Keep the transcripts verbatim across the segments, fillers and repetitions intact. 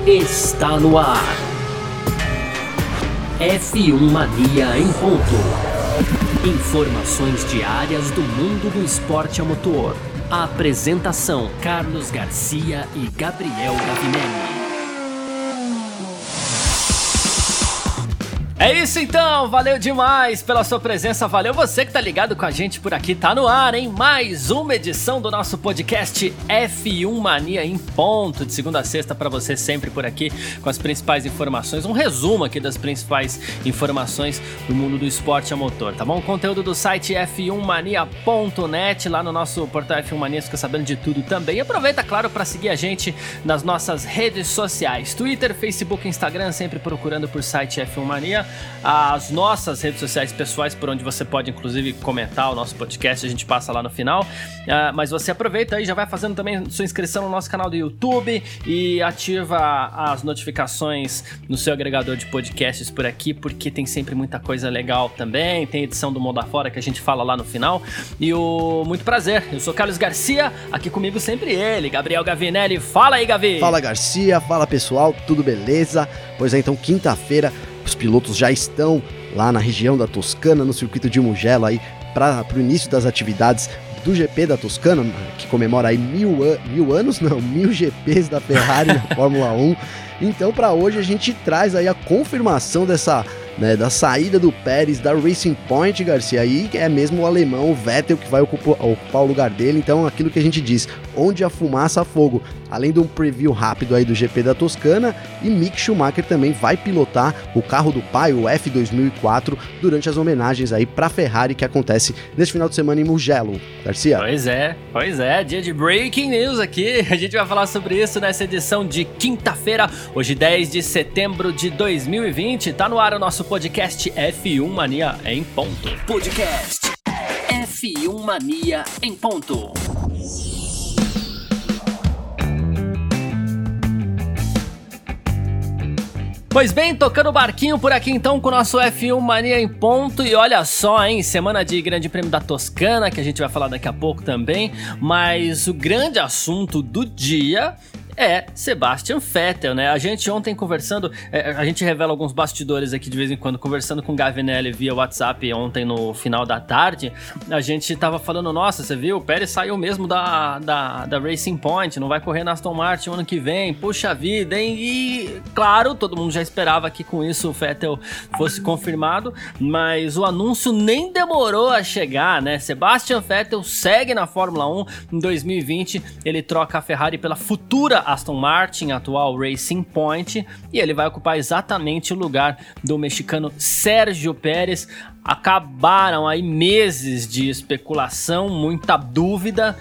está no ar. F um Mania em ponto. Informações diárias do mundo do esporte a motor. A apresentação: Carlos Garcia e Gabriel Gavinelli. É isso então, valeu demais pela sua presença, valeu você que tá ligado com a gente por aqui, tá no ar, hein? Mais uma edição do nosso podcast F um Mania em ponto, de segunda a sexta pra você sempre por aqui, com as principais informações, um resumo aqui das principais informações do mundo do esporte a motor, tá bom? Conteúdo do site f um mania ponto net, lá no nosso portal F um Mania, você fica sabendo de tudo também. E aproveita, claro, pra seguir a gente nas nossas redes sociais, Twitter, Facebook, Instagram, sempre procurando por site F um Mania. As nossas redes sociais pessoais, por onde você pode inclusive comentar o nosso podcast, a gente passa lá no final, uh, mas você aproveita aí, já vai fazendo também sua inscrição no nosso canal do YouTube e ativa as notificações no seu agregador de podcasts por aqui, porque tem sempre muita coisa legal também, tem edição do Mundo Afora que a gente fala lá no final. E o muito prazer, eu sou Carlos Garcia, aqui comigo sempre ele, Gabriel Gavinelli. Fala aí, Gavi! Fala, Garcia, fala pessoal, tudo beleza? Pois é, então quinta-feira os pilotos já estão lá na região da Toscana, no circuito de Mugello, aí para o início das atividades do G P da Toscana, que comemora aí mil, an- mil anos, não, mil G Ps da Ferrari na Fórmula um. Então, para hoje a gente traz aí a confirmação dessa, né, da saída do Pérez da Racing Point, Garcia, aí é mesmo o alemão, o Vettel, que vai ocupar, ocupar o lugar dele. Então, aquilo que a gente diz, onde a fumaça, fogo. Além de um preview rápido aí do G P da Toscana, e Mick Schumacher também vai pilotar o carro do pai, o F dois mil e quatro, durante as homenagens aí para Ferrari que acontece neste final de semana em Mugello. Garcia? Pois é, pois é, dia de breaking news aqui. A gente vai falar sobre isso nessa edição de quinta-feira, hoje dez de setembro de dois mil e vinte. Tá no ar o nosso podcast F um Mania em ponto. Podcast F um Mania em ponto. Pois bem, tocando o barquinho por aqui então com o nosso F um Mania em ponto. E olha só, hein, semana de Grande Prêmio da Toscana, que a gente vai falar daqui a pouco também. Mas o grande assunto do dia é Sebastian Vettel, né? A gente ontem conversando, é, a gente revela alguns bastidores aqui de vez em quando, conversando com o Gavinelli via WhatsApp ontem no final da tarde, a gente tava falando, nossa, você viu, o Pérez saiu mesmo da, da, da Racing Point, não vai correr na Aston Martin ano que vem, puxa vida, hein? E, claro, todo mundo já esperava que com isso o Vettel fosse confirmado, mas o anúncio nem demorou a chegar, né? Sebastian Vettel segue na Fórmula um em dois mil e vinte, ele troca a Ferrari pela futura Aston Martin, atual Racing Point, e ele vai ocupar exatamente o lugar do mexicano Sérgio Pérez. Acabaram aí meses de especulação, muita dúvida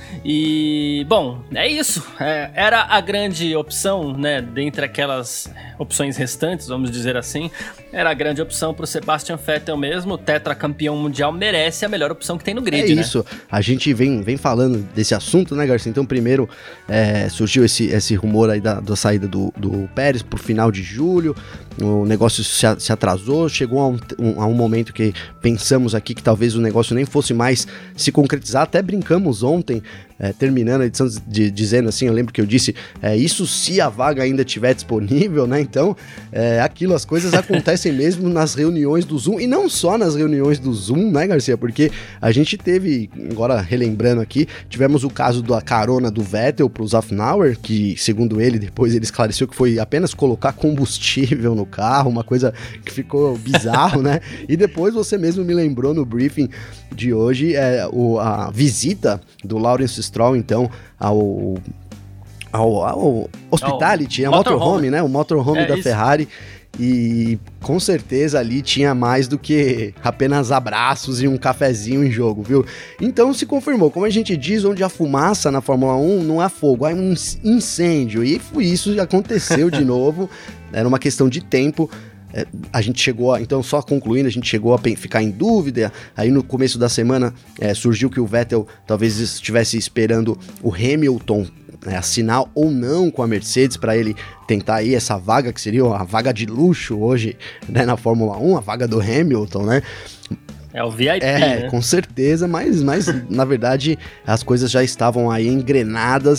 e, bom, é isso. É, era a grande opção, né, dentre aquelas opções restantes, vamos dizer assim, era a grande opção para o Sebastian Vettel mesmo. O tetracampeão mundial merece a melhor opção que tem no grid, é né? É isso, a gente vem, vem falando desse assunto, né, Garcia? Então, primeiro é, surgiu esse, esse rumor aí da, da saída do, do Pérez pro final de julho. O negócio se, se atrasou, chegou a um, um, a um momento que pensamos aqui que talvez o negócio nem fosse mais se concretizar. Até brincamos ontem, é, terminando a edição, de, dizendo assim, eu lembro que eu disse, é, isso se a vaga ainda estiver disponível, né? Então, é, aquilo, as coisas acontecem mesmo nas reuniões do Zoom, e não só nas reuniões do Zoom, né, Garcia? Porque a gente teve, agora relembrando aqui, tivemos o caso da carona do Vettel pro Zafnauer, que, segundo ele, depois ele esclareceu que foi apenas colocar combustível no carro, uma coisa que ficou bizarro, né? E depois você mesmo me lembrou no briefing de hoje, é, o, a visita do Lawrence Stroll, então, ao, ao, ao Hospitality, ao motorhome, motorhome, né? O motorhome é da isso. Ferrari. E com certeza ali tinha mais do que apenas abraços e um cafezinho em jogo, viu? Então se confirmou, como a gente diz, onde a fumaça na Fórmula um não há fogo, há um incêndio. E isso aconteceu de novo, era uma questão de tempo. É, a gente chegou, a, então só concluindo, a gente chegou a ficar em dúvida. Aí no começo da semana é, surgiu que o Vettel talvez estivesse esperando o Hamilton é, assinar ou não com a Mercedes para ele tentar aí essa vaga, que seria a vaga de luxo hoje, né, na Fórmula um, a vaga do Hamilton, né? É o V I P, é, né? Com certeza, mas, mas na verdade as coisas já estavam aí engrenadas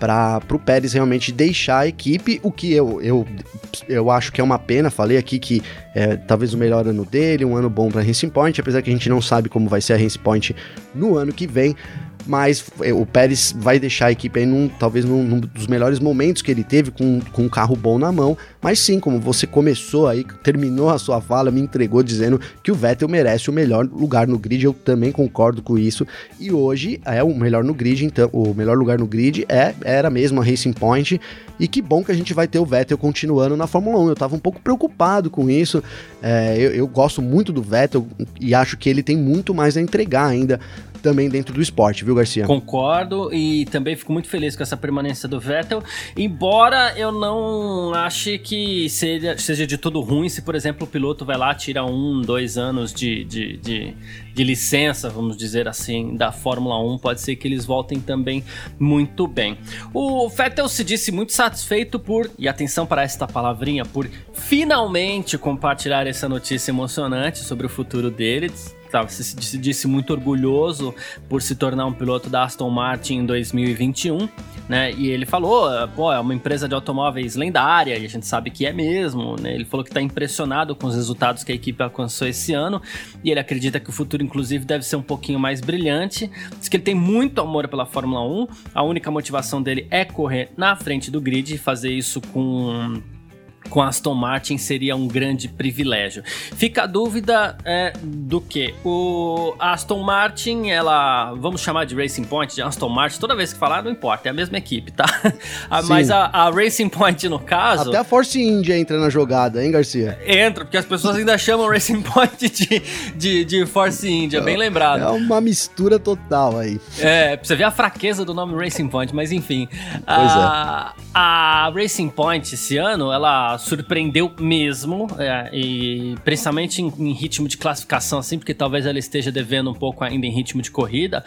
para o Pérez realmente deixar a equipe, o que eu, eu, eu acho que é uma pena. Falei aqui que é talvez o melhor ano dele, um ano bom para a Racing Point, apesar que a gente não sabe como vai ser a Racing Point no ano que vem, mas o Pérez vai deixar a equipe aí num, talvez num, num dos melhores momentos que ele teve, com, com um carro bom na mão. Mas sim, como você começou aí, terminou a sua fala, me entregou dizendo que o Vettel merece o melhor lugar no grid. Eu também concordo com isso, e hoje é o melhor no grid. Então o melhor lugar no grid é, era mesmo a Racing Point, e que bom que a gente vai ter o Vettel continuando na Fórmula um. Eu tava um pouco preocupado com isso. é, eu, eu gosto muito do Vettel e acho que ele tem muito mais a entregar ainda também dentro do esporte, viu, Garcia? Concordo, e também fico muito feliz com essa permanência do Vettel, embora eu não ache que seja, seja de todo ruim se, por exemplo, o piloto vai lá, tira um, dois anos de, de, de, de licença, vamos dizer assim, da Fórmula um. Pode ser que eles voltem também muito bem. O Vettel se disse muito satisfeito por, e atenção para esta palavrinha, por finalmente compartilhar essa notícia emocionante sobre o futuro deles. Se disse muito orgulhoso por se tornar um piloto da Aston Martin em dois mil e vinte e um, né? E ele falou, pô, é uma empresa de automóveis lendária, e a gente sabe que é mesmo, né? Ele falou que está impressionado com os resultados que a equipe alcançou esse ano, e ele acredita que o futuro, inclusive, deve ser um pouquinho mais brilhante. Diz que ele tem muito amor pela Fórmula um, a única motivação dele é correr na frente do grid, e fazer isso com... com a Aston Martin seria um grande privilégio. Fica a dúvida é, do que o a Aston Martin, ela, vamos chamar de Racing Point, de Aston Martin, toda vez que falar, não importa, é a mesma equipe, tá? Mas a, a Racing Point, no caso... Até a Force India entra na jogada, hein, Garcia? Entra, porque as pessoas ainda chamam Racing Point de, de, de Force India, é, bem lembrado. É uma mistura total aí. É, pra você ver a fraqueza do nome Racing Point, mas enfim. Pois a, é. A Racing Point, esse ano, ela surpreendeu mesmo, é, e principalmente em, em ritmo de classificação, assim, porque talvez ela esteja devendo um pouco ainda em ritmo de corrida,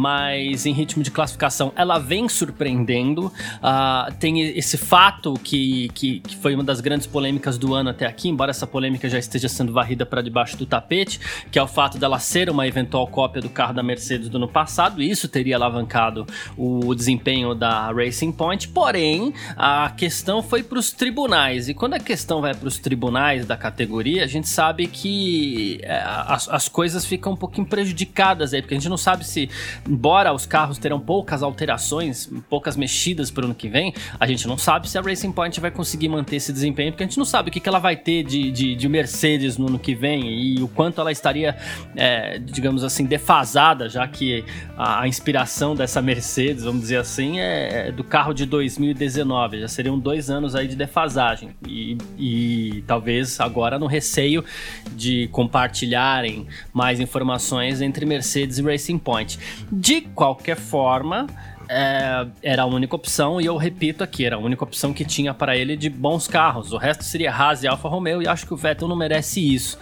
mas em ritmo de classificação ela vem surpreendendo. Uh, tem esse fato que, que, que foi uma das grandes polêmicas do ano até aqui, embora essa polêmica já esteja sendo varrida para debaixo do tapete, que é o fato dela ser uma eventual cópia do carro da Mercedes do ano passado, e isso teria alavancado o desempenho da Racing Point. Porém, a questão foi para os tribunais, e quando a questão vai para os tribunais da categoria, a gente sabe que é, as, as coisas ficam um pouquinho prejudicadas aí, porque a gente não sabe se, embora os carros terão poucas alterações, poucas mexidas para o ano que vem, a gente não sabe se a Racing Point vai conseguir manter esse desempenho, porque a gente não sabe o que, que ela vai ter de, de, de Mercedes no ano que vem, e o quanto ela estaria, é, digamos assim, defasada, já que a, a inspiração dessa Mercedes, vamos dizer assim, é, é do carro de dois mil e dezenove, já seriam dois anos aí de defasagem. E, e talvez agora no receio de compartilharem mais informações entre Mercedes e Racing Point. De qualquer forma, é, era a única opção, e eu repito aqui, era a única opção que tinha para ele de bons carros. O resto seria Haas e Alfa Romeo, e acho que o Vettel não merece isso.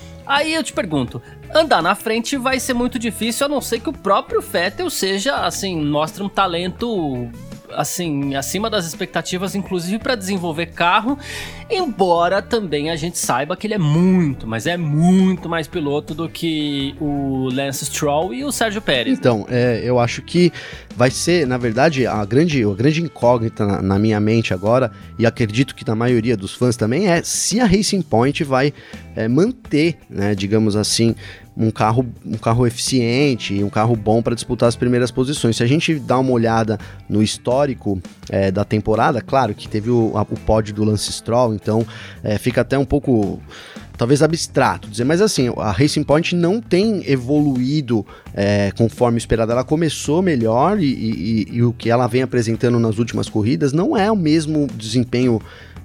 Aí eu te pergunto, andar na frente vai ser muito difícil, a não ser que o próprio Vettel seja, assim, mostre um talento... assim, acima das expectativas, inclusive para desenvolver carro, embora também a gente saiba que ele é muito, mas é muito mais piloto do que o Lance Stroll e o Sérgio Pérez. Então, é, eu acho que vai ser, na verdade, a grande, a grande incógnita na, na minha mente agora, e acredito que na maioria dos fãs também, é se a Racing Point vai é, manter, né, digamos assim, um carro, um carro eficiente, um carro bom para disputar as primeiras posições. Se a gente dá uma olhada no histórico é, da temporada, claro que teve o, a, o pódio do Lance Stroll, então é, fica até um pouco, talvez abstrato dizer, mas assim, a Racing Point não tem evoluído é, conforme esperado. Ela começou melhor e, e, e o que ela vem apresentando nas últimas corridas não é o mesmo desempenho,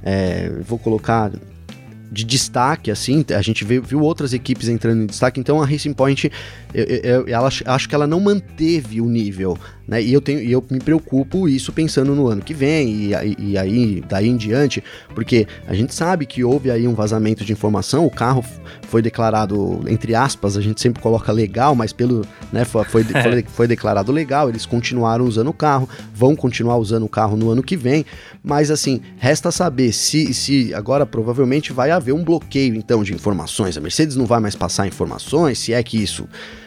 é, vou colocar... de destaque, assim, a gente viu, viu outras equipes entrando em destaque, então a Racing Point, eu, eu, eu acho, acho que ela não manteve o nível, né, e eu, tenho, e eu me preocupo isso pensando no ano que vem, e, e, e aí, daí em diante, porque a gente sabe que houve aí um vazamento de informação, o carro foi declarado, entre aspas, a gente sempre coloca legal, mas pelo, né, foi, foi, foi, foi declarado legal, eles continuaram usando o carro, vão continuar usando o carro no ano que vem, mas assim, resta saber se, se agora provavelmente vai haver um bloqueio então de informações, a Mercedes não vai mais passar informações, se é que isso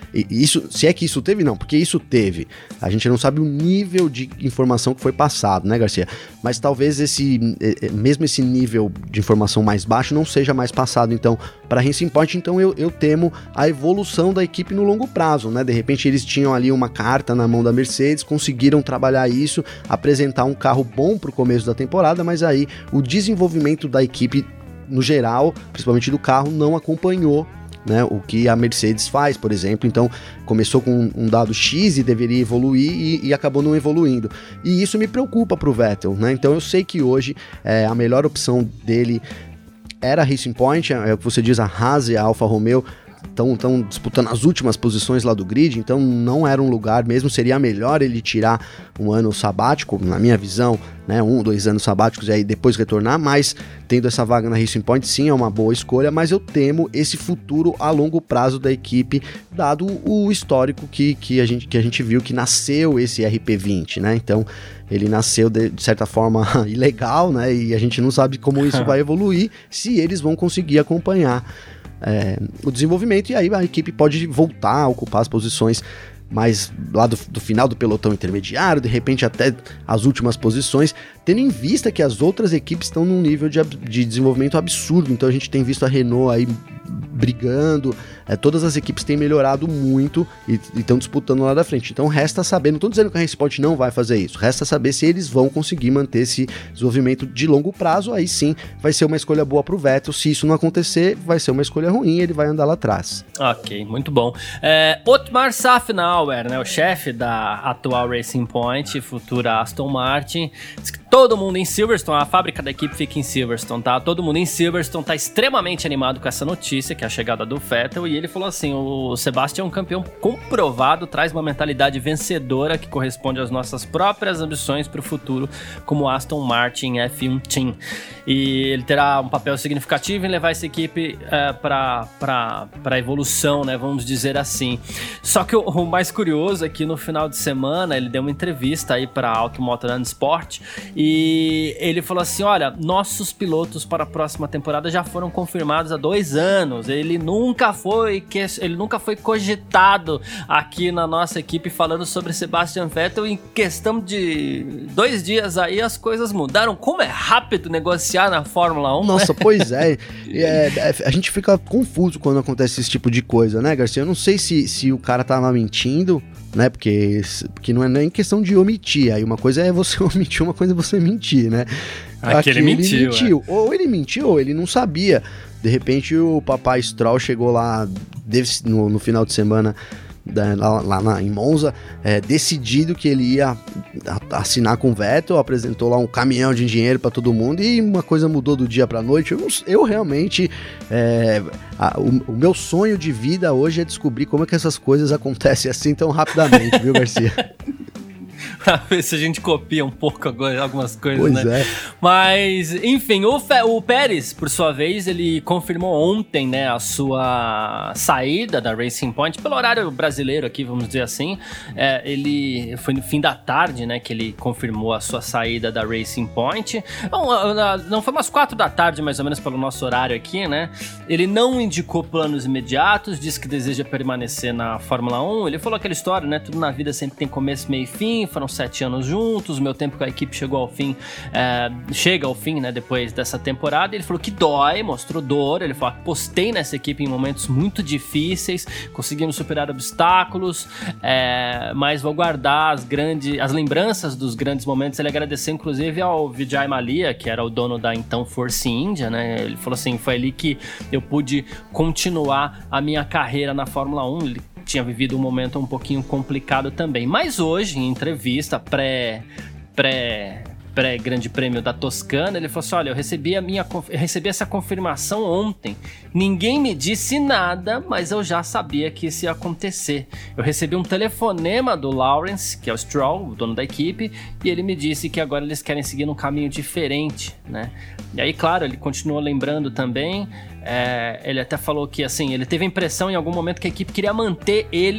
E isso, se é que isso teve, não, porque isso teve. A gente não sabe o nível de informação que foi passado, né, Garcia? Mas talvez esse, mesmo esse nível de informação mais baixo não seja mais passado, então, para a Racing Point. Então eu, eu temo a evolução da equipe no longo prazo, né? De repente eles tinham ali uma carta na mão da Mercedes, conseguiram trabalhar isso, apresentar um carro bom para o começo da temporada, mas aí o desenvolvimento da equipe no geral, principalmente do carro, não acompanhou, né, o que a Mercedes faz, por exemplo. Então começou com um dado X e deveria evoluir e, e acabou não evoluindo, e isso me preocupa para o Vettel, né? Então eu sei que hoje é, a melhor opção dele era a Racing Point, é o que você diz, a Haas e a Alfa Romeo estão disputando as últimas posições lá do grid, então não era um lugar mesmo, seria melhor ele tirar um ano sabático, na minha visão, né, um, dois anos sabáticos e aí depois retornar, mas tendo essa vaga na Racing Point, sim, é uma boa escolha, mas eu temo esse futuro a longo prazo da equipe, dado o histórico que, que, a, gente, que a gente viu que nasceu esse R P vinte, né, então ele nasceu de, de certa forma ilegal, né, e a gente não sabe como isso vai evoluir, se eles vão conseguir acompanhar É, o desenvolvimento, e aí a equipe pode voltar a ocupar as posições mais lá do, do final do pelotão intermediário, de repente até as últimas posições, tendo em vista que as outras equipes estão num nível de, de desenvolvimento absurdo. Então a gente tem visto a Renault aí brigando, é, todas as equipes têm melhorado muito e estão disputando lá da frente. Então resta saber, não estou dizendo que a Racing Point não vai fazer isso, resta saber se eles vão conseguir manter esse desenvolvimento de longo prazo. Aí sim vai ser uma escolha boa para o Vettel. Se isso não acontecer, vai ser uma escolha ruim, ele vai andar lá atrás. Ok, muito bom. É, Otmar Safnauer, né, o chefe da atual Racing Point, futura Aston Martin, diz que todo mundo em Silverstone, a fábrica da equipe fica em Silverstone, tá? Todo mundo em Silverstone tá extremamente animado com essa notícia, que é a chegada do Vettel, e ele falou assim: o Sebastian é um campeão comprovado, traz uma mentalidade vencedora que corresponde às nossas próprias ambições para o futuro como Aston Martin F um Team. E ele terá um papel significativo em levar essa equipe uh, para para evolução, né? Vamos dizer assim. Só que o, o mais curioso é que no final de semana ele deu uma entrevista aí para Automotor and Sport e ele falou assim: olha, nossos pilotos para a próxima temporada já foram confirmados há dois anos. Ele nunca foi que ele nunca foi cogitado aqui na nossa equipe falando sobre Sebastian Vettel. Em questão de dois dias aí as coisas mudaram. Como é rápido negociar na Fórmula um. Nossa, né? Pois é. é. A gente fica confuso quando acontece esse tipo de coisa, né, Garcia? Eu não sei se, se o cara tava mentindo, né? Porque, porque não é nem questão de omitir. Aí uma coisa é você omitir, uma coisa é você mentir, né? Aqui, Aqui ele mentiu. Ele mentiu. É. Ou ele mentiu, ou ele não sabia. De repente o papai Stroll chegou lá no, no final de semana da, lá, lá na, em Monza, é, decidido que ele ia assinar com o Vettel, apresentou lá um caminhão de dinheiro para todo mundo e uma coisa mudou do dia para noite. Eu, eu realmente, é, a, o, o meu sonho de vida hoje é descobrir como é que essas coisas acontecem assim tão rapidamente, viu, Garcia? Pra ver se a gente copia um pouco agora algumas coisas, pois né? É. Mas, enfim, o, Fe- o Pérez, por sua vez, ele confirmou ontem, né, a sua saída da Racing Point, pelo horário brasileiro aqui, vamos dizer assim. É, ele foi no fim da tarde, né, que ele confirmou a sua saída da Racing Point. Não, não foi umas quatro da tarde, mais ou menos, pelo nosso horário aqui, né? Ele não indicou planos imediatos, disse que deseja permanecer na Fórmula um. Ele falou aquela história, né? Tudo na vida sempre tem começo, meio e fim. Foram sete anos juntos, o meu tempo com a equipe chegou ao fim, é, chega ao fim, né, depois dessa temporada. Ele falou que dói, mostrou dor. Ele falou: apostei nessa equipe em momentos muito difíceis, conseguimos superar obstáculos, é, mas vou guardar as grandes, as lembranças dos grandes momentos. Ele agradeceu inclusive ao Vijay Mallya, que era o dono da então Force India, né? Ele falou assim: foi ali que eu pude continuar a minha carreira na Fórmula um. Ele tinha vivido um momento um pouquinho complicado também. Mas hoje, em entrevista pré, pré, pré-grande prêmio da Toscana, ele falou assim: olha, eu recebi, a minha, eu recebi essa confirmação ontem. Ninguém me disse nada, mas eu já sabia que isso ia acontecer. Eu recebi um telefonema do Lawrence, que é o Stroll, o dono da equipe, e ele me disse que agora eles querem seguir num caminho diferente, né? E aí, claro, ele continuou lembrando também, é, ele até falou que, assim, ele teve a impressão em algum momento que a equipe queria manter ele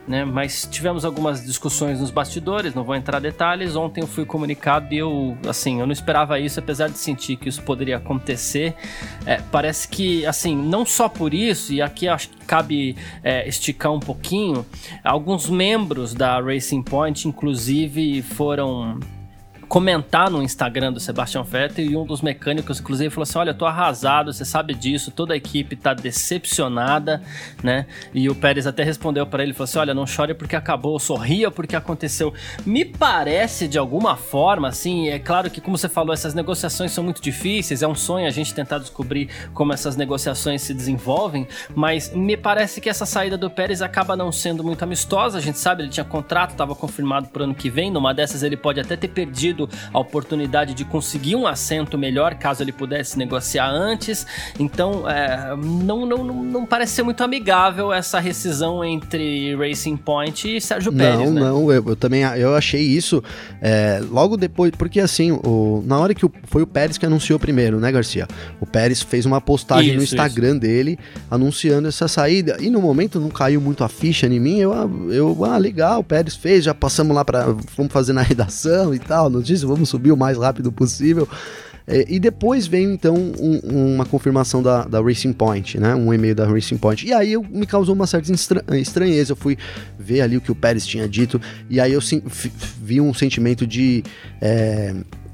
né? Mas tivemos algumas discussões nos bastidores, não vou entrar em detalhes. Ontem eu fui comunicado e eu, assim, eu não esperava isso, apesar de sentir que isso poderia acontecer. É, parece que, assim, não só por isso, e aqui acho que cabe é, esticar um pouquinho, alguns membros da Racing Point, inclusive, foram comentar no Instagram do Sebastian Vettel, e um dos mecânicos, inclusive, falou assim: olha, eu tô arrasado, você sabe disso, toda a equipe tá decepcionada, né? E o Pérez até respondeu para ele, falou assim: olha, não chore porque acabou, sorria porque aconteceu. Me parece, de alguma forma, assim, é claro que, como você falou, essas negociações são muito difíceis, é um sonho a gente tentar descobrir como essas negociações se desenvolvem, mas me parece que essa saída do Pérez acaba não sendo muito amistosa. A gente sabe, ele tinha contrato, estava confirmado pro ano que vem, numa dessas ele pode até ter perdido a oportunidade de conseguir um assento melhor, caso ele pudesse negociar antes. Então, é, não, não, não, não parece ser muito amigável essa rescisão entre Racing Point e Sérgio Pérez, não, né? Não, eu, eu também eu achei isso é, logo depois, porque assim, o, na hora que o, foi o Pérez que anunciou primeiro, né, Garcia? O Pérez fez uma postagem isso, no Instagram isso. dele, anunciando essa saída, e no momento não caiu muito a ficha em mim, eu, eu ah, legal, o Pérez fez, já passamos lá para vamos fazer na redação e tal, notícia, vamos subir o mais rápido possível. É, e depois veio, então, um, uma confirmação da, da Racing Point, né? Um e-mail da Racing Point. E aí eu, me causou uma certa estranheza. Eu fui ver ali o que o Pérez tinha dito, e aí eu sim, f, vi um sentimento de... É,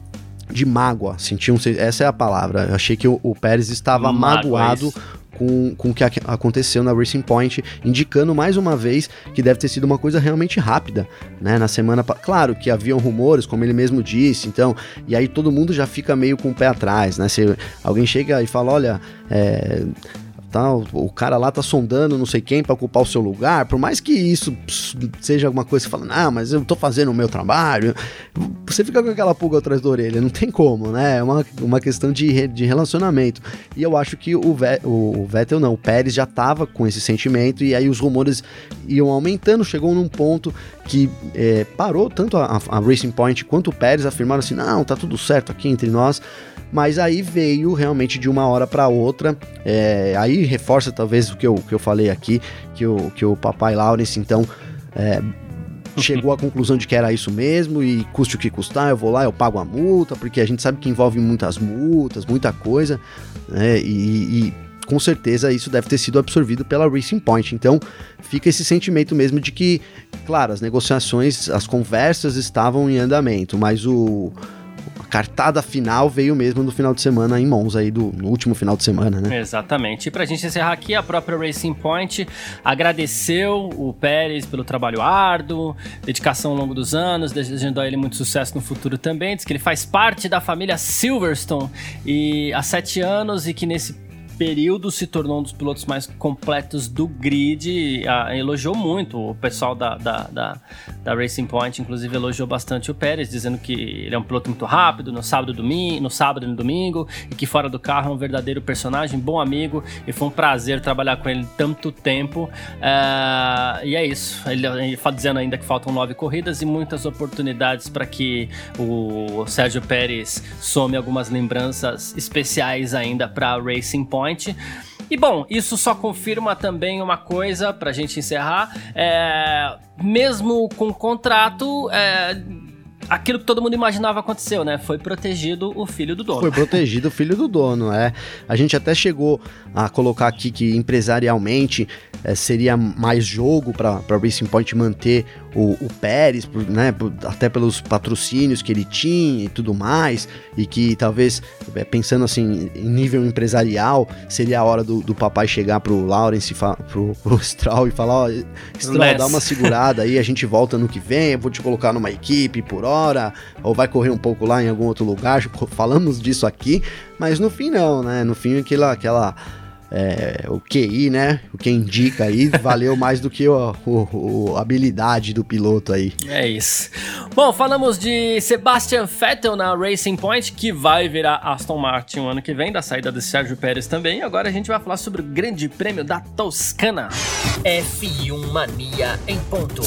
de mágoa. Senti um, essa é a palavra. Eu achei que o, o Pérez estava Mágoa, magoado... Com, com o que aconteceu na Racing Point, indicando mais uma vez que deve ter sido uma coisa realmente rápida, né, na semana, claro que haviam rumores, como ele mesmo disse, então, e aí todo mundo já fica meio com o pé atrás, né, se alguém chega e fala, olha, é... Tá, o cara lá tá sondando não sei quem pra ocupar o seu lugar, por mais que isso seja alguma coisa, você fala, não, mas eu tô fazendo o meu trabalho, você fica com aquela pulga atrás da orelha, não tem como, né, é uma, uma questão de, de relacionamento, e eu acho que o, Ve, o, o Vettel não, o Pérez já tava com esse sentimento, e aí os rumores iam aumentando, chegou num ponto que é, parou, tanto a, a Racing Point quanto o Pérez afirmaram assim, não, tá tudo certo aqui entre nós. Mas aí veio realmente de uma hora para outra, é, aí reforça talvez o que eu, que eu falei aqui, que o, que o papai Lawrence então é, chegou à conclusão de que era isso mesmo, e custe o que custar, eu vou lá, eu pago a multa, porque a gente sabe que envolve muitas multas, muita coisa, né, e, e com certeza isso deve ter sido absorvido pela Racing Point, então fica esse sentimento mesmo de que, claro, as negociações, as conversas estavam em andamento, mas o... a cartada final veio mesmo no final de semana em Monza, aí do, no último final de semana, né? Exatamente. E pra gente encerrar aqui, a própria Racing Point agradeceu o Pérez pelo trabalho árduo, dedicação ao longo dos anos, desejando a ele muito sucesso no futuro também. Diz que ele faz parte da família Silverstone e há sete anos e que nesse período se tornou um dos pilotos mais completos do grid, a, elogiou muito o pessoal da, da, da, da Racing Point, inclusive elogiou bastante o Pérez, dizendo que ele é um piloto muito rápido no sábado, domingo, no sábado e no domingo, e que fora do carro é um verdadeiro personagem, bom amigo, e foi um prazer trabalhar com ele tanto tempo, uh, e é isso, ele, ele fala dizendo ainda que faltam nove corridas e muitas oportunidades para que o Sérgio Pérez some algumas lembranças especiais ainda para a Racing Point. E bom, isso só confirma também uma coisa pra gente encerrar, é, mesmo com o contrato, é, aquilo que todo mundo imaginava aconteceu, né? Foi protegido o filho do dono. Foi protegido o filho do dono, é. A gente até chegou a colocar aqui que empresarialmente é, seria mais jogo para a Racing Point manter o, o Pérez, por, né, por, até pelos patrocínios que ele tinha e tudo mais, e que talvez, é, pensando assim, em nível empresarial, seria a hora do, do papai chegar pro Lawrence, fa, pro, pro Stroll e falar, ó, Stroll, Less. dá uma segurada aí, a gente volta no que vem, eu vou te colocar numa equipe por hora, ou vai correr um pouco lá em algum outro lugar, falamos disso aqui, mas no fim não, né, no fim aquela... aquela É, o Q I, né? O que indica aí valeu mais do que o, o, o habilidade do piloto aí. É isso. Bom, falamos de Sebastian Vettel na Racing Point, que vai virar Aston Martin o ano que vem, da saída de Sérgio Pérez também. Agora a gente vai falar sobre o Grande Prêmio da Toscana. F um Mania em ponto.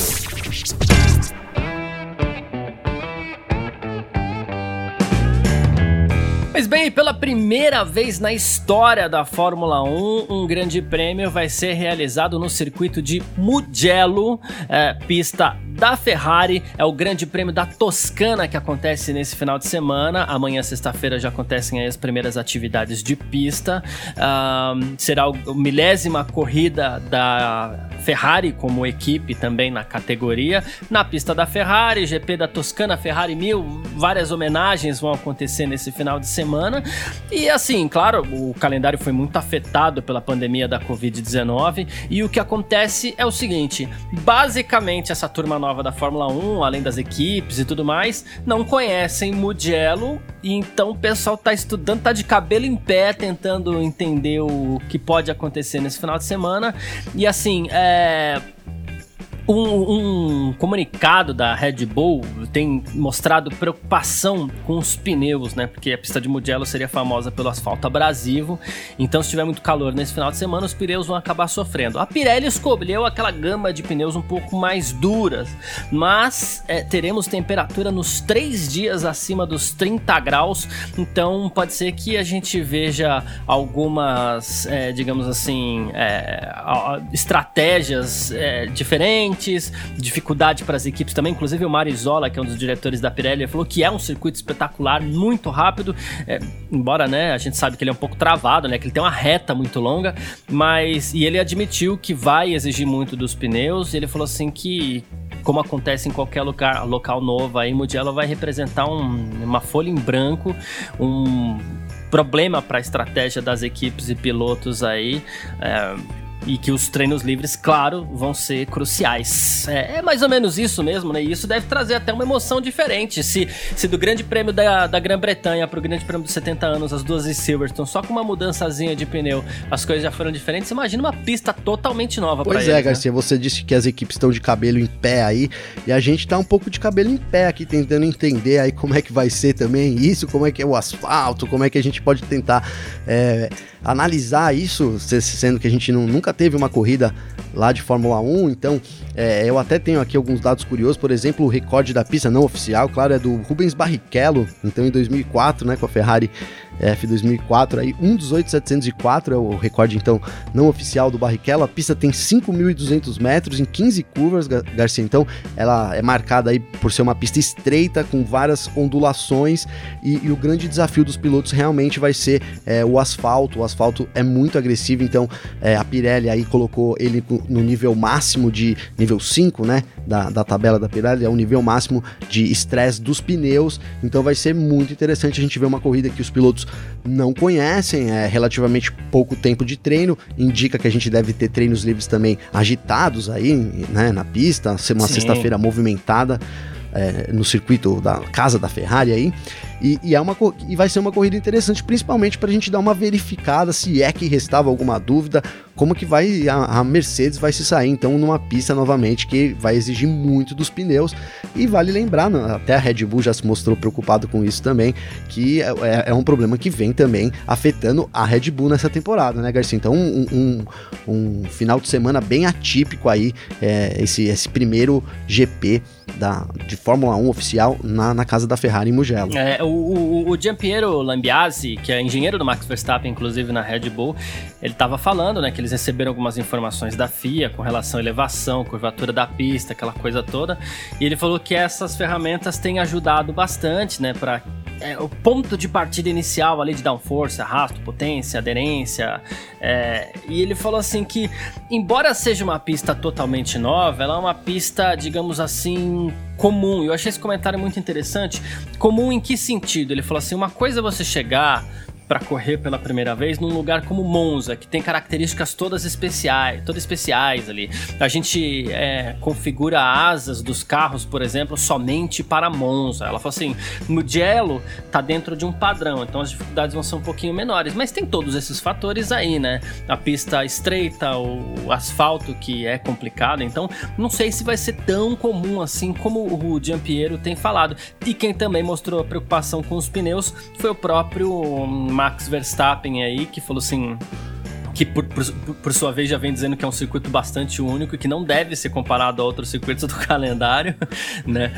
Pois bem, pela primeira vez na história da Fórmula um, um grande prêmio vai ser realizado no circuito de Mugello, é, pista da Ferrari. É o grande prêmio da Toscana que acontece nesse final de semana. Amanhã, sexta-feira, já acontecem aí as primeiras atividades de pista. Um, será a milésima corrida da Ferrari como equipe também na categoria. Na pista da Ferrari, G P da Toscana, Ferrari mil, várias homenagens vão acontecer nesse final de semana. E assim, claro, o calendário foi muito afetado pela pandemia da covid dezenove, e o que acontece é o seguinte: basicamente essa turma nova da Fórmula um, além das equipes e tudo mais, não conhecem Mugello, e então o pessoal tá estudando, tá de cabelo em pé, tentando entender o que pode acontecer nesse final de semana. E assim, é... Um, um comunicado da Red Bull tem mostrado preocupação com os pneus, né? Porque a pista de Mugello seria famosa pelo asfalto abrasivo. Então, se tiver muito calor nesse final de semana, os pneus vão acabar sofrendo. A Pirelli escolheu aquela gama de pneus um pouco mais duras, mas é, teremos temperatura nos três dias acima dos trinta graus. Então, pode ser que a gente veja algumas, é, digamos assim, é, estratégias é, diferentes. Dificuldade para as equipes também. Inclusive o Marizola, que é um dos diretores da Pirelli, falou que é um circuito espetacular, muito rápido, é, embora, né, a gente sabe que ele é um pouco travado, né, que ele tem uma reta muito longa, mas, e ele admitiu que vai exigir muito dos pneus. E ele falou assim que, como acontece em qualquer lugar, local novo, aí Mugello vai representar um, uma folha em branco, um problema para a estratégia das equipes e pilotos aí, é, e que os treinos livres, claro, vão ser cruciais. É, é mais ou menos isso mesmo, né? E isso deve trazer até uma emoção diferente. Se, se do Grande Prêmio da, da Grã-Bretanha para o Grande Prêmio dos setenta anos, as duas em Silverstone, só com uma mudançazinha de pneu, as coisas já foram diferentes, imagina uma pista totalmente nova para eles. Pois é, Garcia, né? Você disse que as equipes estão de cabelo em pé aí, e a gente tá um pouco de cabelo em pé aqui, tentando entender aí como é que vai ser também isso, como é que é o asfalto, como é que a gente pode tentar é, analisar isso, sendo que a gente não, nunca teve uma corrida lá de Fórmula um, então é, eu até tenho aqui alguns dados curiosos. Por exemplo, o recorde da pista não oficial, claro, é do Rubens Barrichello, então em dois mil e quatro, né, com a Ferrari F dois mil e quatro, aí um dezoito setecentos e quatro é o recorde então não oficial do Barrichello. A pista tem cinco mil e duzentos metros em quinze curvas, Garcia, então ela é marcada aí por ser uma pista estreita com várias ondulações, e, e o grande desafio dos pilotos realmente vai ser é, o asfalto. O asfalto é muito agressivo, então é, a Pirelli aí colocou ele no nível máximo de nível cinco, né, da, da tabela da Pirelli, é o nível máximo de estresse dos pneus. Então vai ser muito interessante a gente ver uma corrida que os pilotos não conhecem, é relativamente pouco tempo de treino, indica que a gente deve ter treinos livres também agitados aí, né, na pista, ser uma Sim. sexta-feira movimentada é, no circuito da casa da Ferrari aí. E, e, é uma, e vai ser uma corrida interessante, principalmente para a gente dar uma verificada, se é que restava alguma dúvida, como que vai a, a Mercedes vai se sair então numa pista novamente que vai exigir muito dos pneus. E vale lembrar, até a Red Bull já se mostrou preocupado com isso também, que é, é um problema que vem também afetando a Red Bull nessa temporada, né, Garcia? Então um, um, um final de semana bem atípico aí, é, esse, esse primeiro G P da, de Fórmula um oficial na, na casa da Ferrari em Mugello. É, o, o, o Giampiero Lambiase, que é engenheiro do Max Verstappen, inclusive na Red Bull, ele estava falando, né, que eles receberam algumas informações da F I A com relação à elevação, curvatura da pista, aquela coisa toda, e ele falou que essas ferramentas têm ajudado bastante, né, para é, o ponto de partida inicial ali de downforce, arrasto, potência, aderência, é, e ele falou assim que, embora seja uma pista totalmente nova, ela é uma pista, digamos assim, comum. Eu achei esse comentário muito interessante. Comum em que sentido? Ele falou assim, uma coisa é você chegar para correr pela primeira vez num lugar como Monza, que tem características todas especiais, todas especiais ali. A gente é, configura asas dos carros, por exemplo, somente para Monza. Ela falou assim, Mugello tá dentro de um padrão, então as dificuldades vão ser um pouquinho menores, mas tem todos esses fatores aí, né? A pista estreita, o asfalto que é complicado, então não sei se vai ser tão comum assim como o Giampiero tem falado. E quem também mostrou preocupação com os pneus foi o próprio Max Verstappen aí, que falou assim, que por, por, por sua vez já vem dizendo que é um circuito bastante único e que não deve ser comparado a outros circuitos do calendário, né?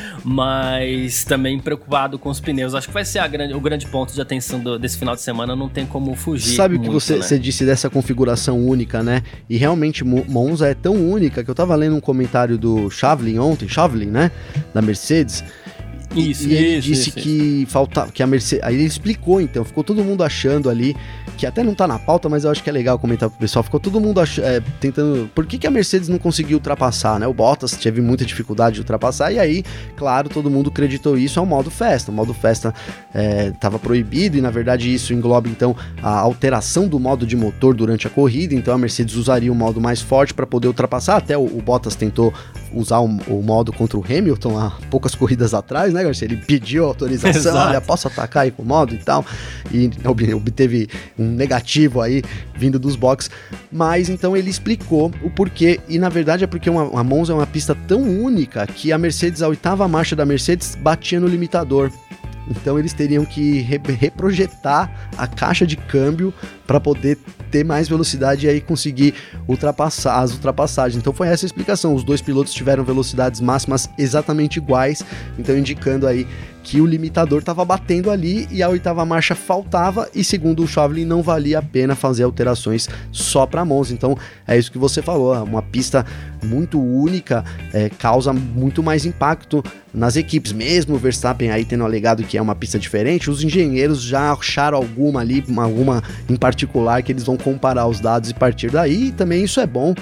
Mas também preocupado com os pneus. Acho que vai ser a grande, o grande ponto de atenção do, desse final de semana, não tem como fugir. Sabe o que muito, você, né? você disse dessa configuração única, né? E realmente Monza é tão única que eu tava lendo um comentário do Chauvelin ontem, Chauvelin, né? Da Mercedes. Isso, e ele isso, disse isso, que faltava, que a Mercedes, aí ele explicou, então, ficou todo mundo achando ali, que até não tá na pauta, mas eu acho que é legal comentar pro pessoal, ficou todo mundo ach, é, tentando, por que que a Mercedes não conseguiu ultrapassar, né? O Bottas teve muita dificuldade de ultrapassar, e aí, claro, todo mundo acreditou isso ao modo festa, o modo festa é, tava proibido, e na verdade isso engloba, então, a alteração do modo de motor durante a corrida, então a Mercedes usaria o modo mais forte para poder ultrapassar, até o, o Bottas tentou usar o, o modo contra o Hamilton há poucas corridas atrás, né, Garcia? Ele pediu autorização, Exato. Olha, posso atacar aí com o modo e tal, e obteve um negativo aí vindo dos boxes, mas então ele explicou o porquê, e na verdade é porque uma, a Monza é uma pista tão única que a Mercedes, a oitava marcha da Mercedes batia no limitador. Então eles teriam que re- reprojetar a caixa de câmbio para poder ter mais velocidade e aí conseguir ultrapassar as ultrapassagens. Então foi essa a explicação. Os dois pilotos tiveram velocidades máximas exatamente iguais, então indicando aí que o limitador estava batendo ali e a oitava marcha faltava, e segundo o Chauvelin não valia a pena fazer alterações só para Monza. Então é isso que você falou, uma pista muito única, é, causa muito mais impacto nas equipes, mesmo o Verstappen aí tendo alegado que é uma pista diferente, os engenheiros já acharam alguma ali, alguma em particular que eles vão comparar os dados e partir daí, e também isso é bom.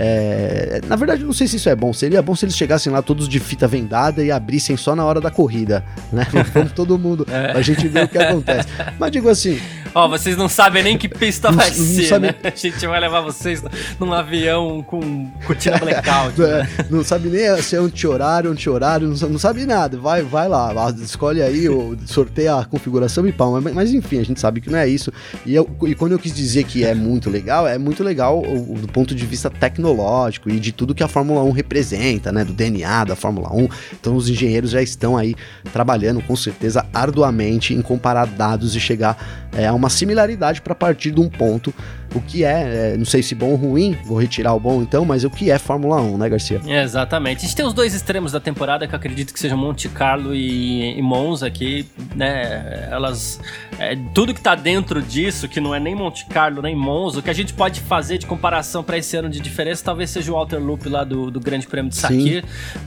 É, na verdade eu não sei se isso é bom, seria bom se eles chegassem lá todos de fita vendada e abrissem só na hora da corrida, né? Vamos todo mundo, É. a gente vê o que acontece. Mas digo assim, Ó, oh, vocês não sabem nem que pista Não- vai não ser, sabe- né? A gente vai levar vocês num avião com cortina blackout. é, né? não sabe nem se é anti-horário, anti-horário, não, sa- não sabe nada, vai, vai lá, escolhe aí, ou sorteia a configuração e pau, mas, mas enfim, a gente sabe que não é isso, e, eu, e quando eu quis dizer que é muito legal, é muito legal o- o- do ponto de vista tecnológico e de tudo que a Fórmula um representa, né, do D N A da Fórmula um, então os engenheiros já estão aí trabalhando com certeza arduamente em comparar dados e chegar é, a uma similaridade para partir de um ponto, o que é, é, não sei se bom ou ruim, vou retirar o bom então, mas o que é Fórmula um, né, Garcia? Exatamente. A gente tem os dois extremos da temporada, que eu acredito que sejam Monte Carlo e, e Monza, que, né, elas... É, tudo que tá dentro disso, que não é nem Monte Carlo nem Monza, o que a gente pode fazer de comparação para esse ano de diferença, talvez seja o Outer Loop lá do, do Grande Prêmio de Sakir,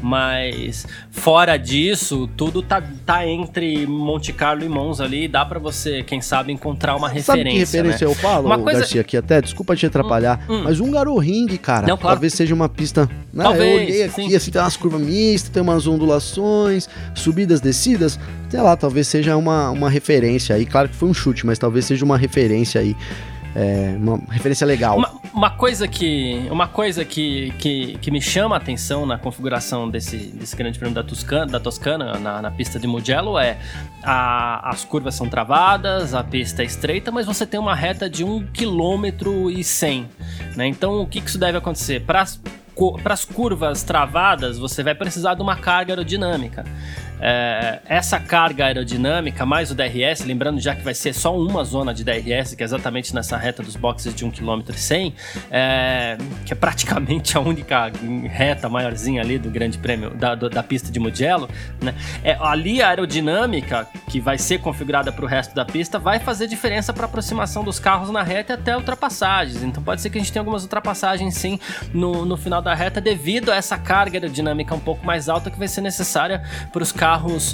mas fora disso, tudo tá, tá entre Monte Carlo e Monza ali, dá para você, quem sabe, encontrar uma referência. Sabe que referência né? eu falo, Uma coisa- Garcia, aqui até, desculpa te atrapalhar, Hum, hum. mas um Hungaroring, cara, Não, claro. talvez seja uma pista, né, Talvez, eu olhei aqui, sim. assim, tem umas curvas mistas, tem umas ondulações, subidas, descidas, sei lá, talvez seja uma, uma referência aí, claro que foi um chute, mas talvez seja uma referência aí, é, uma referência legal. Uma, uma coisa, que, uma coisa que, que, que me chama a atenção na configuração desse, desse grande prêmio da Toscana, da Toscana na, na pista de Mugello é a, as curvas são travadas, a pista é estreita, mas você tem uma reta de um quilômetro e cem, né? Então o que, que isso deve acontecer? Para as curvas travadas, você vai precisar de uma carga aerodinâmica. É, essa carga aerodinâmica mais o D R S, lembrando já que vai ser só uma zona de D R S, que é exatamente nessa reta dos boxes de um quilômetro e cem, é, que é praticamente a única reta maiorzinha ali do grande prêmio da, do, da pista de Mugello, né? É, ali a aerodinâmica que vai ser configurada para o resto da pista vai fazer diferença para a aproximação dos carros na reta e até ultrapassagens. Então pode ser que a gente tenha algumas ultrapassagens sim no, no final da reta devido a essa carga aerodinâmica um pouco mais alta que vai ser necessária para os carros carros,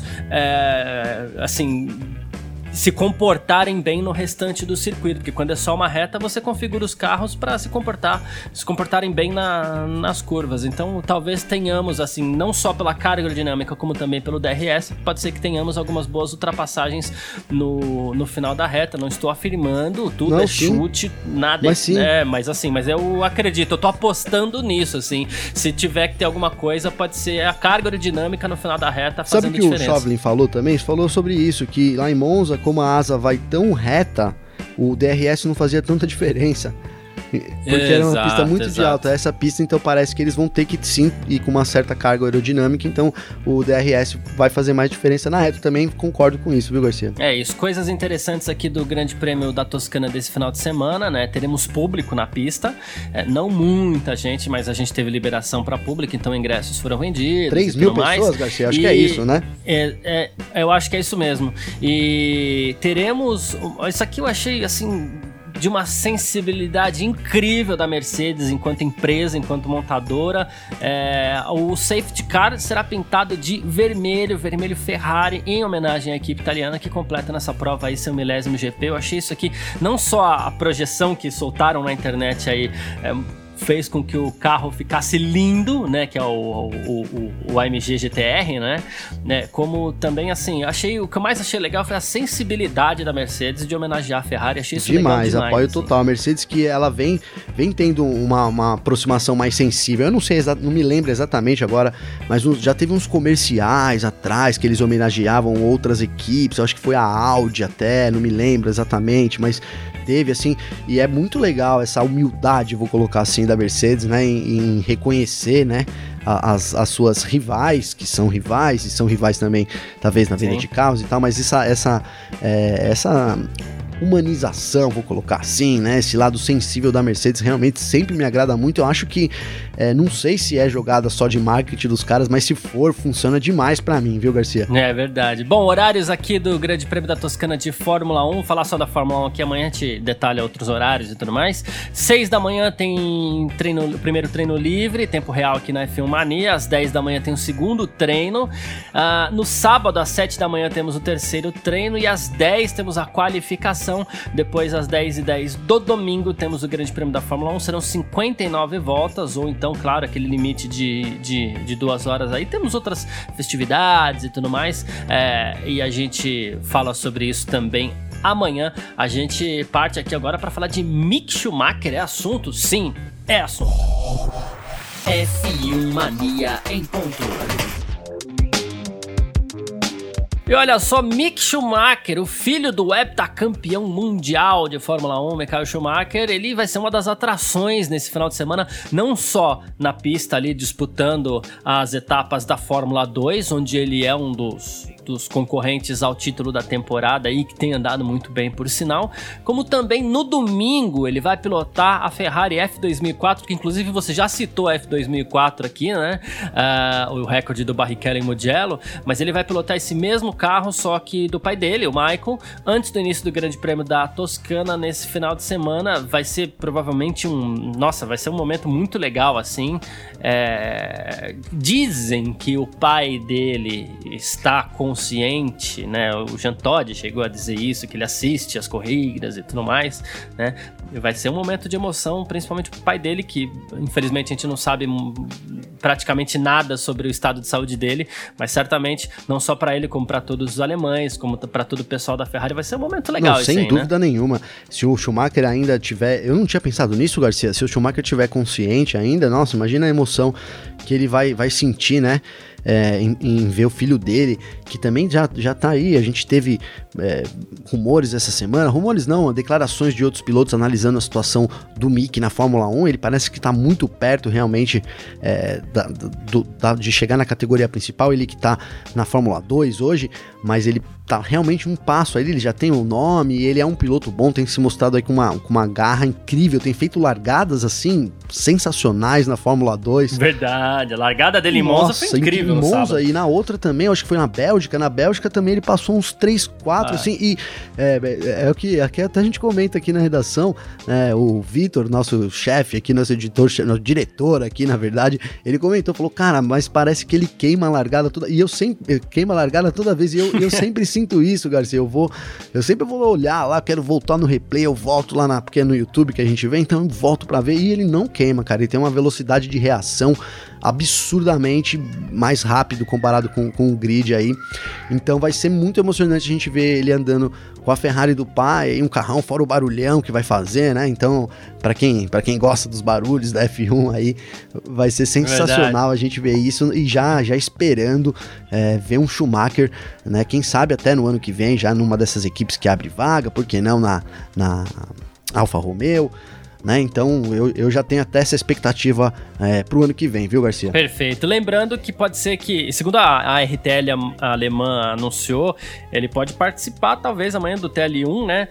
é, assim, se comportarem bem no restante do circuito, porque quando é só uma reta você configura os carros para se comportar, se comportarem bem na, nas curvas. Então talvez tenhamos, assim, não só pela carga aerodinâmica como também pelo D R S, pode ser que tenhamos algumas boas ultrapassagens no, no final da reta. Não estou afirmando, tudo Não, é sim. chute, nada Mas sim. é, mas assim, mas eu acredito, eu tô apostando nisso, assim, se tiver que ter alguma coisa, pode ser a carga aerodinâmica no final da reta fazendo Sabe o que diferença. o Chauvelin falou também? Falou sobre isso, que lá em Monza, como a asa vai tão reta, o D R S não fazia tanta diferença. porque era uma Exato, pista muito exato. de alta. Essa pista, então, parece que eles vão ter que sim ir com uma certa carga aerodinâmica, então o D R S vai fazer mais diferença na reta. Também concordo com isso, viu, Garcia? É isso, coisas interessantes aqui do Grande Prêmio da Toscana desse final de semana, né? Teremos público na pista, é, não muita gente, mas a gente teve liberação para público, então ingressos foram vendidos. três mil pessoas, Garcia, acho e, que é isso, né? É, é, eu acho que é isso mesmo. E teremos, isso aqui eu achei assim, de uma sensibilidade incrível da Mercedes enquanto empresa, enquanto montadora. É, o safety car será pintado de vermelho, vermelho Ferrari, em homenagem à equipe italiana que completa nessa prova aí seu milésimo G P. Eu achei isso aqui, não só a projeção que soltaram na internet aí, é, fez com que o carro ficasse lindo, né, que é o, o, o, o A M G G T R, né, né, como também, assim, achei, o que eu mais achei legal foi a sensibilidade da Mercedes de homenagear a Ferrari, achei isso demais, legal demais. Apoio assim. total, a Mercedes que ela vem, vem tendo uma, uma aproximação mais sensível, eu não sei, não me lembro exatamente agora, mas já teve uns comerciais atrás que eles homenageavam outras equipes, eu acho que foi a Audi até, não me lembro exatamente, mas teve, assim, e é muito legal essa humildade, vou colocar assim, da Mercedes, né, em, em reconhecer, né, as, as suas rivais, que são rivais, e são rivais também, talvez, na venda Sim. de carros e tal, mas essa, essa, é, essa humanização, vou colocar assim, né, esse lado sensível da Mercedes realmente sempre me agrada muito. Eu acho que, é, não sei se é jogada só de marketing dos caras, mas se for, funciona demais pra mim, viu, Garcia? É verdade. Bom, horários aqui do Grande Prêmio da Toscana de Fórmula um, falar só da Fórmula um aqui, amanhã te detalha outros horários e tudo mais. Seis da manhã tem treino, o primeiro treino livre, tempo real aqui na F um Mania, às dez da manhã tem o segundo treino, uh, no sábado às sete da manhã temos o terceiro treino e às dez temos a qualificação. Depois, às dez e dez do domingo, temos o Grande Prêmio da Fórmula um. Serão cinquenta e nove voltas, ou então, claro, aquele limite de, de, de duas horas aí. Temos outras festividades e tudo mais, é, e a gente fala sobre isso também amanhã. A gente parte aqui agora para falar de Mick Schumacher. É assunto? Sim, é assunto. F um Mania em ponto. E olha só, Mick Schumacher, o filho do heptacampeão mundial de Fórmula um, Michael Schumacher, ele vai ser uma das atrações nesse final de semana, não só na pista ali disputando as etapas da Fórmula dois, onde ele é um dos, dos concorrentes ao título da temporada e que tem andado muito bem, por sinal, como também no domingo ele vai pilotar a Ferrari F dois mil e quatro, que inclusive você já citou a F dois mil e quatro aqui, né, uh, o recorde do Barrichello em Mugello, mas ele vai pilotar esse mesmo carro, só que do pai dele, o Michael, antes do início do Grande Prêmio da Toscana nesse final de semana. Vai ser provavelmente um... Nossa, vai ser um momento muito legal, assim. É... Dizem que o pai dele está consciente, né? O Jean Todt chegou a dizer isso, que ele assiste as corridas e tudo mais, né? Vai ser um momento de emoção, principalmente pro pai dele, que infelizmente a gente não sabe praticamente nada sobre o estado de saúde dele, mas certamente, não só para ele, como para todos os alemães, como para todo o pessoal da Ferrari, vai ser um momento legal. Não, sem aí, dúvida né? nenhuma. Se o Schumacher ainda tiver... Eu não tinha pensado nisso, Garcia. Se o Schumacher tiver consciente ainda, nossa, imagina a emoção que ele vai, vai sentir, né? É, em, em ver o filho dele, que também já, já tá aí. A gente teve é, rumores essa semana, rumores não, declarações de outros pilotos analisando a situação do Mick na Fórmula um. Ele parece que tá muito perto realmente é, da, do, da, de chegar na categoria principal. Ele que tá na Fórmula dois hoje, mas ele tá realmente um passo aí, ele já tem um nome, ele é um piloto bom, tem se mostrado aí com uma, com uma garra incrível, tem feito largadas assim, sensacionais na Fórmula dois. Verdade, a largada dele em Monza Nossa, foi incrível. Em Monza, e na outra também, acho que foi na Bélgica, na Bélgica também ele passou uns três, quatro, ah. assim, e é, é, é o que aqui até a gente comenta aqui na redação, né, o Vitor, nosso chefe aqui, nosso editor, nosso diretor aqui, na verdade, ele comentou, falou, cara, mas parece que ele queima a largada toda, e eu sempre, queima a largada toda vez, e eu, eu sempre sinto isso, Garcia, eu vou, eu sempre vou olhar lá, quero voltar no replay, eu volto lá na, porque é no YouTube que a gente vê, então eu volto pra ver, e ele não queima, cara, ele tem uma velocidade de reação absurdamente mais rápido comparado com, com o grid aí, então vai ser muito emocionante a gente ver ele andando com a Ferrari do pai, e um carrão fora o barulhão que vai fazer, né, então pra quem, pra quem gosta dos barulhos da F um aí, vai ser sensacional. Verdade. A gente ver isso e já, já esperando é, ver um Schumacher, né, quem sabe até no ano que vem, já numa dessas equipes que abre vaga, por que não na, na Alfa Romeo, né? Então eu, eu já tenho até essa expectativa é, pro ano que vem, viu, Garcia? Perfeito. Lembrando que pode ser que, segundo a, a R T L alemã anunciou, ele pode participar talvez amanhã do T L um, né?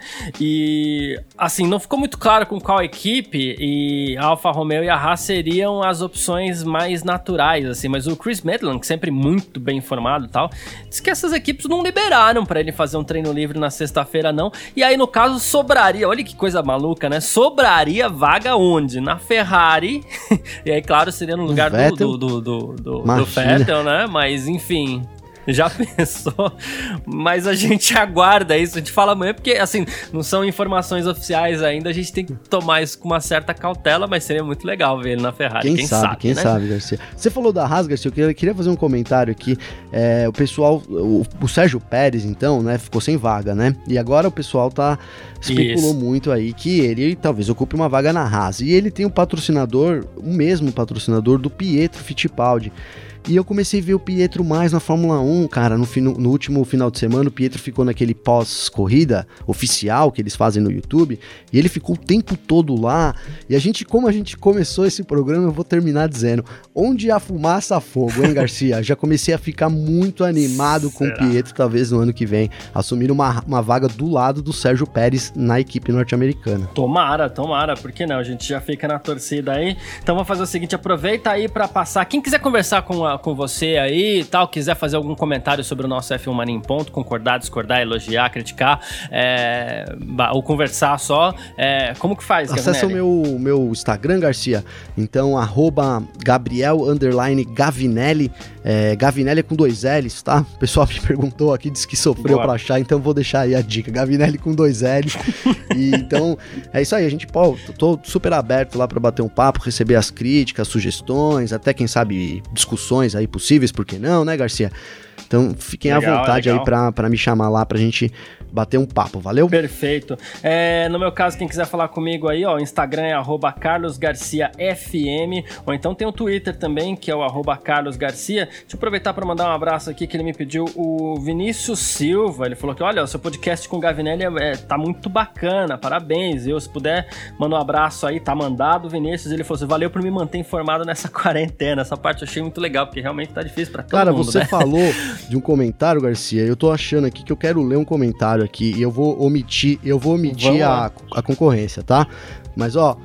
E assim, não ficou muito claro com qual equipe, e a Alfa Romeo e a Haas seriam as opções mais naturais, assim, mas o Chris Medland, que sempre muito bem informado e tal, disse que essas equipes não liberaram pra ele fazer um treino livre na sexta-feira, não. E aí, no caso, sobraria, olha que coisa maluca, né? Sobraria vaga onde? Na Ferrari. E aí, claro, seria no lugar do, do, do, do, do, do Vettel, né? Mas, enfim... Já pensou? Mas a gente aguarda isso, a gente fala amanhã, porque, assim, não são informações oficiais ainda, a gente tem que tomar isso com uma certa cautela, mas seria muito legal ver ele na Ferrari, quem, quem sabe, sabe, quem né? sabe, Garcia. Você falou da Haas, Garcia, eu queria fazer um comentário aqui, é, o pessoal, o, o Sérgio Pérez, então, né, ficou sem vaga, né, e agora o pessoal tá, especulou isso. muito aí que ele talvez ocupe uma vaga na Haas, e ele tem um patrocinador, o mesmo patrocinador do Pietro Fittipaldi. E eu comecei a ver o Pietro mais na Fórmula um, cara, no, fino, no último final de semana o Pietro ficou naquele pós-corrida oficial que eles fazem no YouTube, e ele ficou o tempo todo lá, e a gente, como a gente começou esse programa, eu vou terminar dizendo, onde há fumaça há fogo, hein, Garcia? Já comecei a ficar muito animado com Será? o Pietro, talvez no ano que vem, assumir uma, uma vaga do lado do Sérgio Pérez na equipe norte-americana. Tomara, tomara, por que não? A gente já fica na torcida aí. Então vamos fazer o seguinte, aproveita aí pra passar, quem quiser conversar com a com você aí e tal, quiser fazer algum comentário sobre o nosso F um Mania em Ponto, concordar, discordar, elogiar, criticar, é, ou conversar só, é, como que faz, Acesse o meu, meu Instagram, Garcia, então, arroba Gabriel, underline, Gavinelli, é, Gavinelli é com dois L's, tá? O pessoal me perguntou aqui, disse que sofreu Boa. pra achar, então vou deixar aí a dica, Gavinelli com dois L's, e então, é isso aí, a gente, pô, tô super aberto lá pra bater um papo, receber as críticas, sugestões, até quem sabe discussões aí possíveis, por que não, né, Garcia? Então fiquem legal, à vontade legal. aí pra, pra me chamar lá pra gente bater um papo, valeu? Perfeito. É, no meu caso, quem quiser falar comigo aí, ó, o Instagram é arroba Carlos Garcia F M, ou então tem o Twitter também, que é o arroba Carlos Garcia. Deixa eu aproveitar para mandar um abraço aqui, que ele me pediu, o Vinícius Silva, ele falou que, olha, o seu podcast com o Gavinelli é, é, tá muito bacana, parabéns, eu, se puder, manda um abraço aí, tá mandado, Vinícius, ele falou assim, valeu por me manter informado nessa quarentena, essa parte eu achei muito legal, porque realmente tá difícil pra todo Cara, mundo, você né? falou de um comentário, Garcia, eu tô achando aqui que eu quero ler um comentário aqui e eu vou omitir, eu vou omitir a, a concorrência, tá? Mas ó,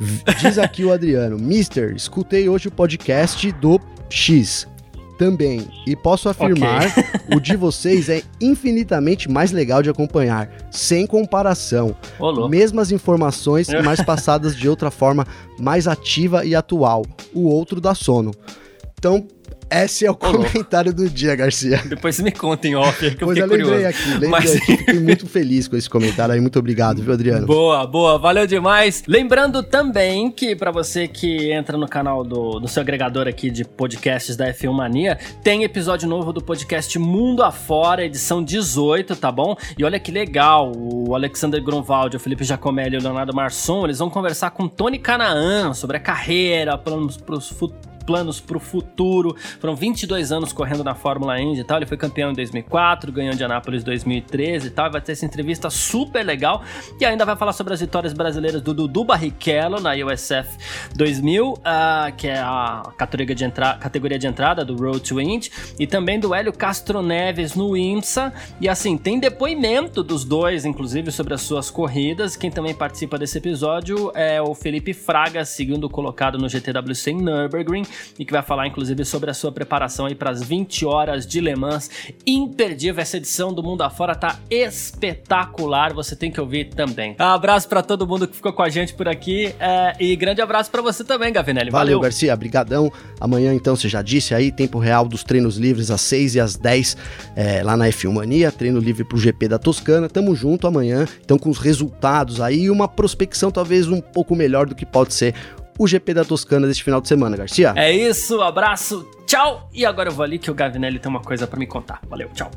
diz aqui o Adriano, Mister, escutei hoje o podcast do X também, e posso afirmar, okay. o de vocês é infinitamente mais legal de acompanhar, sem comparação. Olô. Mesmas informações, mas passadas de outra forma mais ativa e atual. O outro dá sono. Então, esse é o Olô. comentário do dia, Garcia. Depois você me conta em off, que eu pois fiquei eu lembrei curioso. aqui, lembrei Mas... aqui, fiquei muito feliz com esse comentário aí, muito obrigado, viu, Adriano? Boa, boa, valeu demais. Lembrando também que pra você que entra no canal do, do seu agregador aqui de podcasts da F um Mania, tem episódio novo do podcast Mundo Afora, edição dezoito, tá bom? E olha que legal, o Alexander Grunwald, o Felipe Giacomelli e o Leonardo Marçom, eles vão conversar com Tony Canaan sobre a carreira, planos pros futuros, planos pro futuro. Foram vinte e dois anos correndo na Fórmula Indy e tal. Ele foi campeão em dois mil e quatro, ganhou de Anápolis em dois mil e treze e tal. Vai ter essa entrevista super legal. E ainda vai falar sobre as vitórias brasileiras do Dudu Barrichello na U S F dois mil, uh, que é a categoria de, entra- categoria de entrada do Road to Indy. E também do Hélio Castro Neves no IMSA. E assim, tem depoimento dos dois, inclusive, sobre as suas corridas. Quem também participa desse episódio é o Felipe Fraga, segundo colocado no G T W C em Nürburgring, e que vai falar inclusive sobre a sua preparação aí para as vinte horas de Le Mans. Imperdível, essa edição do Mundo Afora tá espetacular, você tem que ouvir também. Um abraço para todo mundo que ficou com a gente por aqui, é, e grande abraço para você também, Gavinelli. Valeu, Valeu, Garcia, brigadão. Amanhã então, você já disse aí, tempo real dos treinos livres às seis e às dez é, lá na F um Mania, treino livre pro G P da Toscana. Tamo junto amanhã, então com os resultados aí e uma prospecção talvez um pouco melhor do que pode ser o G P da Toscana deste final de semana, Garcia. É isso, abraço, tchau! E agora eu vou ali que o Gavinelli tem uma coisa pra me contar. Valeu, tchau.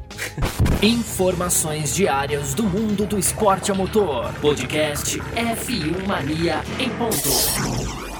Informações diárias do mundo do esporte a motor. Podcast F um Mania em ponto.